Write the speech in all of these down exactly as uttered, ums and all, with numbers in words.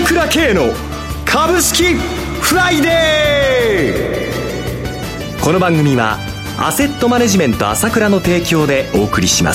倉慶の株式フライデー。この番組はアセットマネジメント朝倉の提供でお送りします。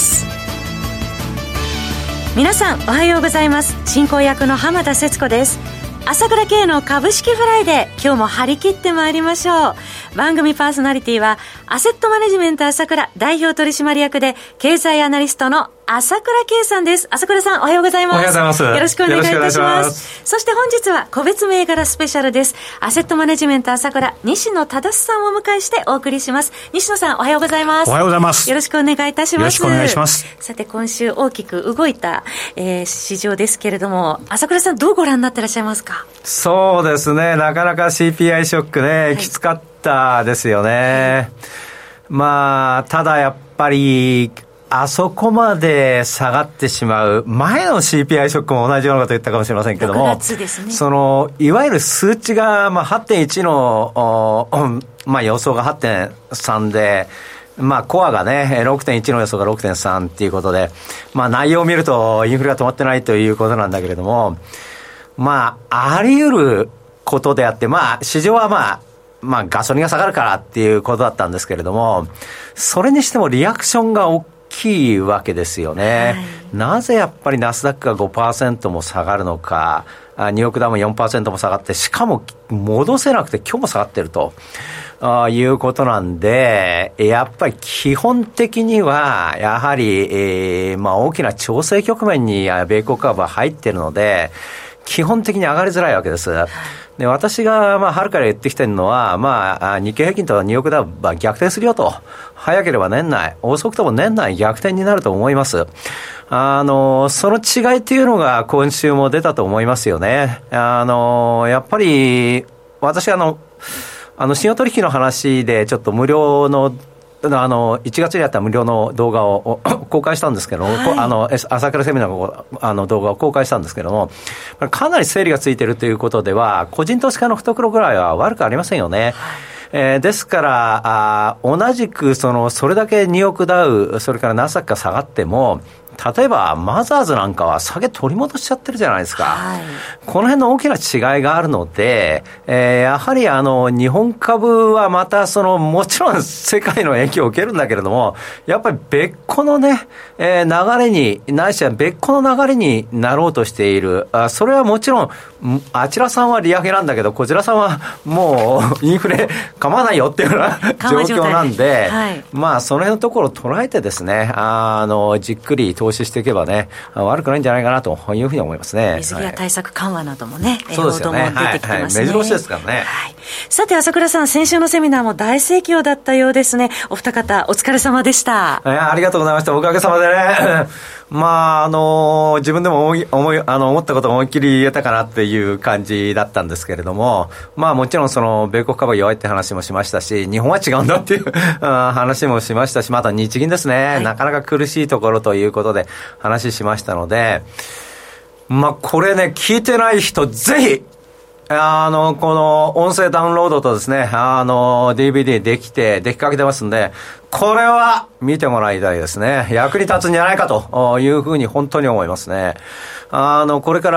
皆さんおはようございます。進行役の浜田節子です。朝倉慶の株式フライデー、今日も張り切ってまいりましょう。番組パーソナリティはアセットマネジメント朝倉代表取締役で経済アナリストの朝倉慶さんです。朝倉さんおはようございます。 おはようございます。 よろしくお願いいたします。そして本日は個別銘柄スペシャルです。アセットマネジメント朝倉西野忠さんをお迎えしてお送りします。西野さんおはようございます。 おはようございます。 よろしくお願いいたします。 よろしくお願いします。 さて今週大きく動いた、えー、市場ですけれども、朝倉さんどうご覧になってらっしゃいますか？ そうですね、なかなか シーピーアイ ショックね、はい、きつかったですよね、はい、まあただやっぱりあそこまで下がってしまう前の シーピーアイ ショックも同じようなこと言ったかもしれませんけども、 ろくがつですね、 そのいわゆる数値が、まあ、はってんいち の、まあ、予想が はってんさん で、まあ、コアがね ろくてんいち の予想が ろくてんさん っていうことで、まあ、内容を見るとインフレが止まってないということなんだけれども、まあ、あり得ることであって、まあ、市場はまあ、まあ、ガソリンが下がるからっていうことだったんですけれども、それにしてもリアクションが大きいわけですよね。はい、なぜやっぱりナスダックが ごパーセント も下がるのか、ニューヨークダウも よんパーセント も下がって、しかも戻せなくて今日も下がってるとあいうことなんで、やっぱり基本的にはやはり、えー、まあ大きな調整局面に米国株は入っているので、基本的に上がりづらいわけです。で、私が、まあ、春から言ってきてるのは、まあ、日経平均とニューヨークダウは逆転するよと。早ければ年内、遅くとも年内逆転になると思います。あの、その違いっていうのが今週も出たと思いますよね。あの、やっぱり、私あの、あの、信用取引の話でちょっと無料のあのいちがつにやった無料の動画を公開したんですけども、はい、あの朝倉セミナーのあの動画を公開したんですけども、かなり整理がついているということでは、個人投資家の懐ぐらいは悪くありませんよね。はい、えー、ですからあ同じくそのそれだけニューヨークダウ、それからナスダックが下がっても、例えばマザーズなんかは下げ取り戻しちゃってるじゃないですか。はい、この辺の大きな違いがあるので、えー、やはりあの日本株はまたそのもちろん世界の影響を受けるんだけれども、やっぱり別個のね、えー、流れにないしは別個の流れになろうとしている。あ、それはもちろんあちらさんは利上げなんだけど、こちらさんはもうインフレ構わないよっていうような状況なんで、はい、まあその辺のところを捉えてですね、あのじっくり投資していけばね、悪くないんじゃないかなというふうに思いますね。 水際対策緩和などもね、 そうですよね、 報道も出てきてますね。 はいはい、目白押しですからね。はい、 さて朝倉さん、先週のセミナーも大盛況だったようですね。お二方お疲れ様でした。 いや、ありがとうございました。おかげさまでねまああの自分でも思い思いあの思ったことを思いっきり言えたかなっていう感じだったんですけれども、まあもちろんその米国株が弱いって話もしましたし、日本は違うんだっていう話もしましたし、また日銀ですね、はい、なかなか苦しいところということで話しましたので、まあこれね、聞いてない人ぜひあの、この音声ダウンロードとですね、あの、ディーブイディー できて、できかけてますんで、これは見てもらいたいですね。役に立つんじゃないかというふうに本当に思いますね。あの、これから、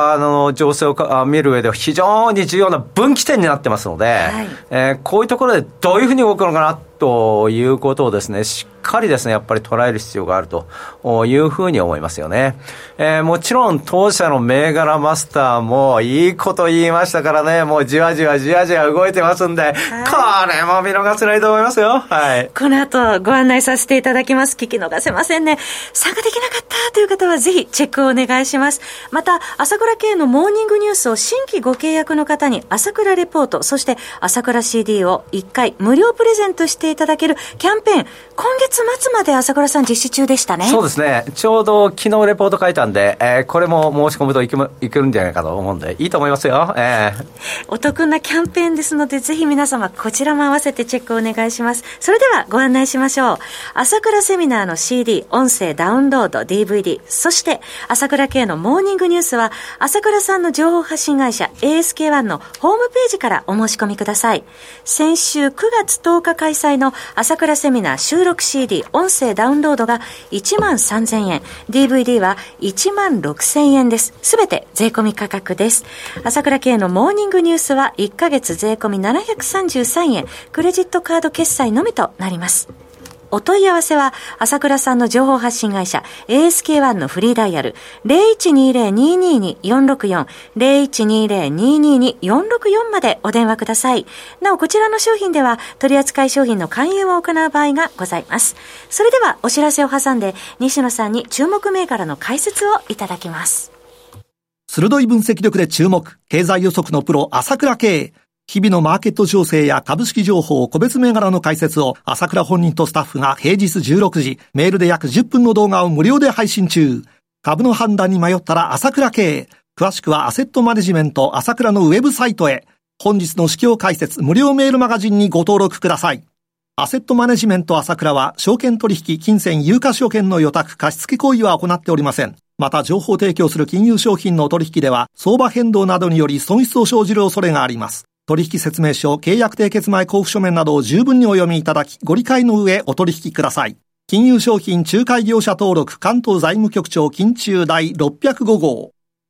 あの、情勢を見る上で非常に重要な分岐点になってますので、はい、えー、こういうところでどういうふうに動くのかなということをですね、しっかりですね、やっぱり捉える必要があるというふうに思いますよね。えー、もちろん当社の銘柄マスターもいいこと言いましたからね、もうじわじわじわじわ動いてますんで、はい、これも見逃せないと思いますよ。はい。 この後ご案内させていただきます。聞き逃せませんね。参加できなかったという方はぜひチェックをお願いします。また朝倉慶のモーニングニュースを新規ご契約の方に朝倉レポート、そして朝倉 シーディー をいっかい無料プレゼントしていただけるキャンペーン、今月末まで朝倉さん実施中でしたね。 そうですね、ちょうど昨日レポート書いたんで、えー、これも申し込むといけ、いけるんじゃないかと思うんでいいと思いますよ。えー、 お得なキャンペーンですので、ぜひ皆様こちらも合わせてチェックをお願いします。それではご案内しましょう。朝倉セミナーの シーディー、音声ダウンロード ディーブイディー、そして朝倉慶のモーニングニュースは朝倉さんの情報発信会社 エーエスケーワン のホームページからお申し込みください。先週くがつとおか開催の朝倉セミナー収録 シーディーシーディー 音声ダウンロードがいちまんさんぜんえん、 ディーブイディー はいちまんろくせんえんです。すべて税込み価格です。朝倉慶のモーニングニュースはいっかげつ税込みななひゃくさんじゅうさんえん、クレジットカード決済のみとなります。お問い合わせは朝倉さんの情報発信会社 エーエスケーワン のフリーダイヤル ゼロいちにゼロ にーにーにー よんろくよん ゼロいちにゼロ にーにーにー よんろくよんまでお電話ください。なおこちらの商品では取扱い商品の勧誘を行う場合がございます。それではお知らせを挟んで西野さんに注目銘柄の解説をいただきます。 鋭い分析力で注目、経済予測のプロ朝倉慶。日々のマーケット情勢や株式情報、個別銘柄の解説を朝倉本人とスタッフが平日じゅうろくじ、メールで約じゅっぷんの動画を無料で配信中。株の判断に迷ったら朝倉慶。詳しくはアセットマネジメント朝倉のウェブサイトへ。本日の指標解説無料メールマガジンにご登録ください。アセットマネジメント朝倉は証券取引、金銭、有価証券の予託、貸付行為は行っておりません。また情報提供する金融商品の取引では相場変動などにより損失を生じる恐れがあります。取引説明書、契約締結前交付書面などを十分にお読みいただき、ご理解の上お取引ください。金融商品仲介業者登録関東財務局長金中第ろっぴゃくごごう。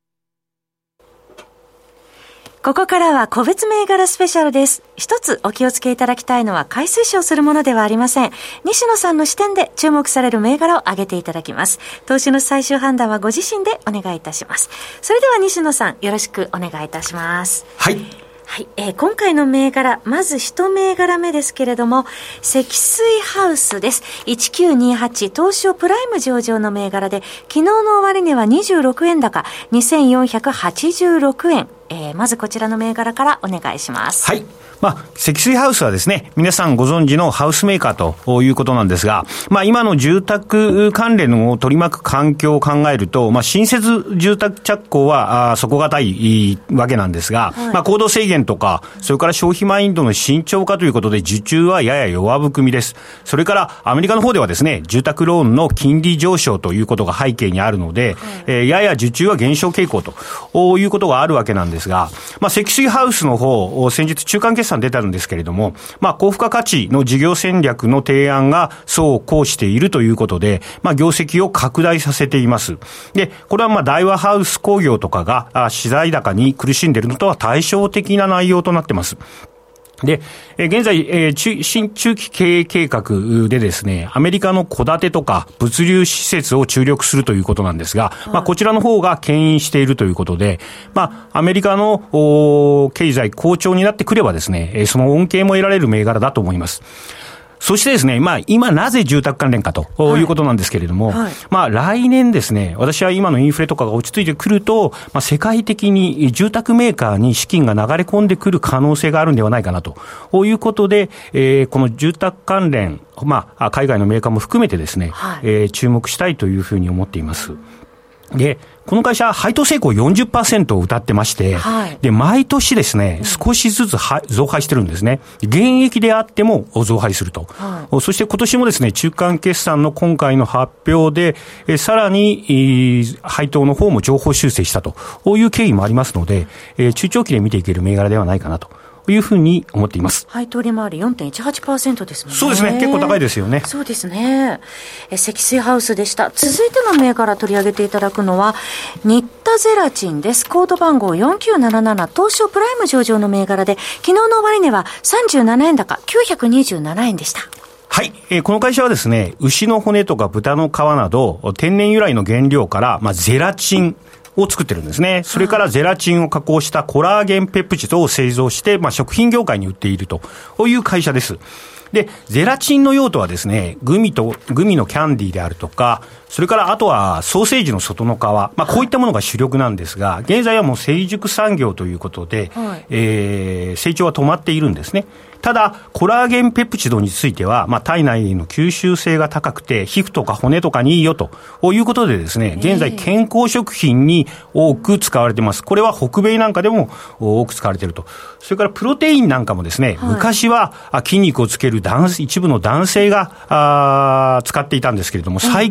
ここからは個別銘柄スペシャルです。一つお気をつけいただきたいのは買い推奨するものではありません。西野さんの視点で注目される銘柄を挙げていただきます。投資の最終判断はご自身でお願いいたします。それでは西野さんよろしくお願いいたします。 はい。 はい、えー、今回の銘柄、まず一銘柄目ですけれども、積水ハウスです。いちきゅうにはち東証プライム上場の銘柄で、昨日の終値はにじゅうろくえん高、にせんよんひゃくはちじゅうろくえん。えー、まずこちらの銘柄からお願いします。 はい。まあ、積水ハウスはですね、皆さんご存知のハウスメーカーということなんですが、まあ今の住宅関連を取り巻く環境を考えると、まあ新設住宅着工はあ底堅いわけなんですが、はい、まあ行動制限とか、それから消費マインドの慎重化ということで受注はやや弱含みです。それからアメリカの方ではですね、住宅ローンの金利上昇ということが背景にあるので、はい、えー、やや受注は減少傾向ということがあるわけなんですが、まあ積水ハウスの方、先日中間決算出てあるんですけれども、まあ、高付加価値の事業戦略の提案がそうこうしているということで、まあ、業績を拡大させています。で、これはまあ、大和ハウス工業とかが資材高に苦しんでいるのとは対照的な内容となっています。で、現在、えー、中、新中期経営計画でですね、アメリカの戸建てとか物流施設を注力するということなんですが、はい、まあ、こちらの方が牽引しているということで、まあ、アメリカの経済好調になってくればですね、その恩恵も得られる銘柄だと思います。そしてですね、まあ今なぜ住宅関連かということなんですけれども、はいはい、まあ来年ですね、私は今のインフレとかが落ち着いてくると、まあ世界的に住宅メーカーに資金が流れ込んでくる可能性があるんではないかなということで、えー、この住宅関連、まあ海外のメーカーも含めてですね、はい、えー、注目したいというふうに思っています。で、この会社、配当成功 よんじゅっパーセント を謳ってまして、はい、で、毎年ですね、少しずつ増配してるんですね。現役であっても増配すると。はい、そして今年もですね、中間決算の今回の発表で、えさらに、配当の方も上方修正したという経緯もありますので、え中長期で見ていける銘柄ではないかなと。というふうに思っています。 配当利回り よんてんいちはちパーセント ですもんね。 そうですね。結構高いですよね。 そうですね。え積水ハウスでした。続いての銘柄取り上げていただくのは新田ゼラチンです。コード番号よんきゅうなななな東証プライム上場の銘柄で、昨日の終値はさんじゅうななえん高きゅうひゃくにじゅうななえんでした。 はい、えー。この会社はですね、牛の骨とか豚の皮など天然由来の原料から、まあ、ゼラチンを作ってるんですね。それからゼラチンを加工したコラーゲンペプチドを製造して、まあ、食品業界に売っているという会社です。で、ゼラチンの用途はですね、グミと、グミのキャンディーであるとか、それからあとはソーセージの外の皮、まあこういったものが主力なんですが、現在はもう成熟産業ということで、はい、えー、成長は止まっているんですね。ただ、コラーゲンペプチドについては、まあ、体内への吸収性が高くて、皮膚とか骨とかにいいよということでですね、現在健康食品に多く使われています。これは北米なんかでも多く使われていると。それからプロテインなんかもですね、はい、昔は筋肉をつける男一部の男性があ使っていたんですけれども、最近はです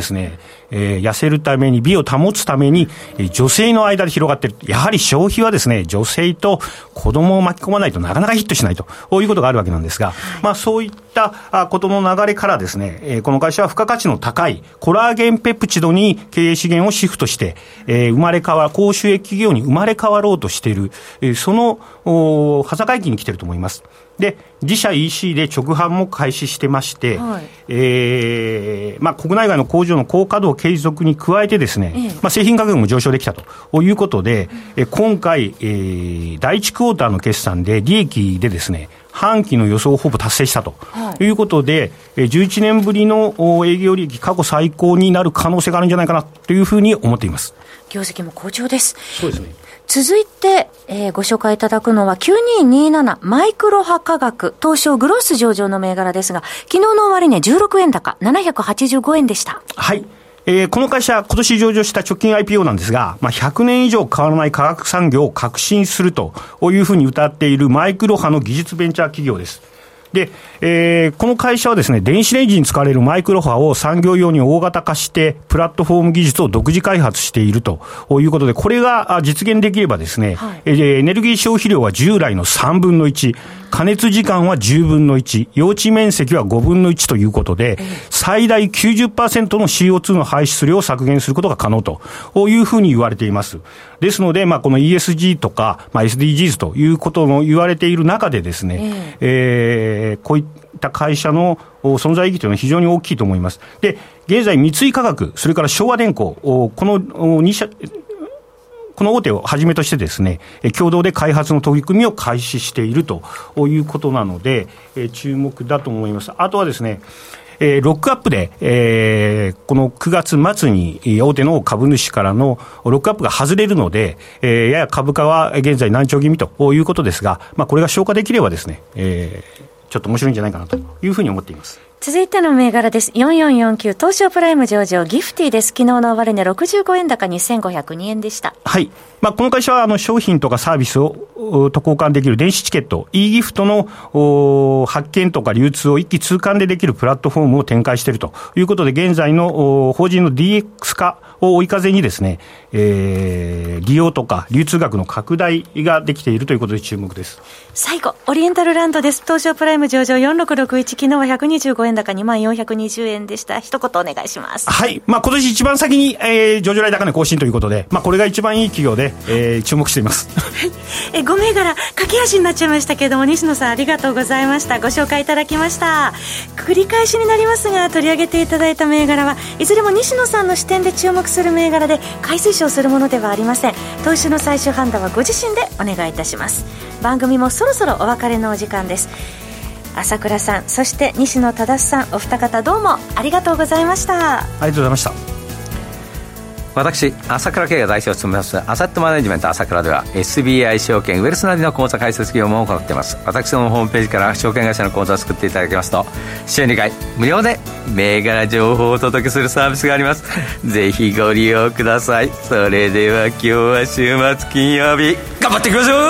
ですね、えー、痩せるために美を保つために、えー、女性の間で広がっている。やはり消費はですね、女性と子供を巻き込まないとなかなかヒットしないということがあるわけなんですが、まあそういったことの流れからですね、えー、この会社は付加価値の高いコラーゲンペプチドに経営資源をシフトして、えー、生まれ変わる高収益企業に生まれ変わろうとしている、えー、その端境期に来ていると思います。で、自社 イーシー で直販も開始してまして、はい、えー、まあ国内外の工場の高稼働継続に加えてですね、ええ、まあ製品価格も上昇できたということで、うん、今回、えー、第一クォーターの決算で利益でですね、半期の予想をほぼ達成したということで、はい、じゅういちねんぶりの営業利益過去最高になる可能性があるんじゃないかなというふうに思っています。 業績も好調です。 そうですね。 続いて、えー、ご紹介いただくのはきゅうにーにーななマイクロ波化学東証グロース上場の銘柄ですが、昨日の終値じゅうろくえん高ななひゃくはちじゅうごえんでした。 はい。えー、この会社、今年上場した直近 アイピーオー なんですが、まあ、ひゃくねん以上変わらない化学産業を革新するというふうに謳っているマイクロ波の技術ベンチャー企業です。で、えー、この会社はですね、電子レンジに使われるマイクロ波を産業用に大型化して、プラットフォーム技術を独自開発しているということで、これが実現できればですね、はい、エネルギー消費量は従来のさんぶんのいち、加熱時間はじゅうぶんのいち、用地面積はごぶんのいちということで、最大 きゅうじゅっパーセント の シーオーツー の排出量を削減することが可能というふうに言われています。ですので、まあ、この イーエスジー とか、まあ、エスディージーズ ということも言われている中でですね、ええー、こういった会社の存在意義というのは非常に大きいと思います。で、現在三井化学、それから昭和電工、このに社、この大手をはじめとしてですね、共同で開発の取り組みを開始しているということなので、注目だと思います。あとはですね、えー、ロックアップで、えー、このくがつ末に大手の株主からのロックアップが外れるので、えー、やや株価は現在難聴気味ということですが、まあ、これが消化できればですね、えー、ちょっと面白いんじゃないかなというふうに思っています。 続いての銘柄です。よんよんよんきゅう東証プライム上場ギフティです。昨日の終値ろくじゅうごえん高にせんごひゃくにえんでした。 はい。まあ、この会社はあの商品とかサービスをと交換できる電子チケット e ギフトの発券とか流通を一気通貫でできるプラットフォームを展開しているということで、現在の法人の ディーエックス 化を追い風にですね、えー、利用とか流通額の拡大ができているということで注目です。 最後、オリエンタルランドです。東証プライム上場よんろくろくいち、昨日はひゃくにじゅうごえん高にまんよんひゃくにじゅうえんでした。一言お願いします。 はい。まあ、今年一番先に、えー、上場来高値更新ということで、まあ、これが一番いい企業で、えー、注目しています。 はい。え、ご銘柄、駆け足になっちゃいましたけれども、西野さんありがとうございました。ご紹介いただきました。繰り返しになりますが、取り上げていただいた銘柄はいずれも西野さんの視点で注目する銘柄で、買い推奨するものではありません。投資の最終判断はご自身でお願いいたします。番組もそろそろお別れのお時間です。朝倉さん、そして西野忠さん、お二方どうもありがとうございました。 ありがとうございました。 私、朝倉慶が代表を務めますアセットマネジメント朝倉では エスビーアイ 証券ウェルスナビの口座開設業務を行っています。私のホームページから証券会社の口座を作っていただきますと、週にかい無料で銘柄情報をお届けするサービスがあります。ぜひご利用ください。それでは今日は週末金曜日、頑張っていきましょう。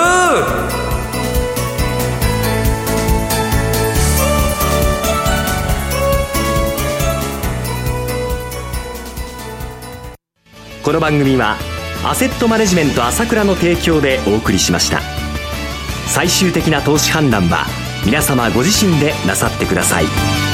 この番組はアセットマネジメント朝倉の提供でお送りしました。最終的な投資判断は皆様ご自身でなさってください。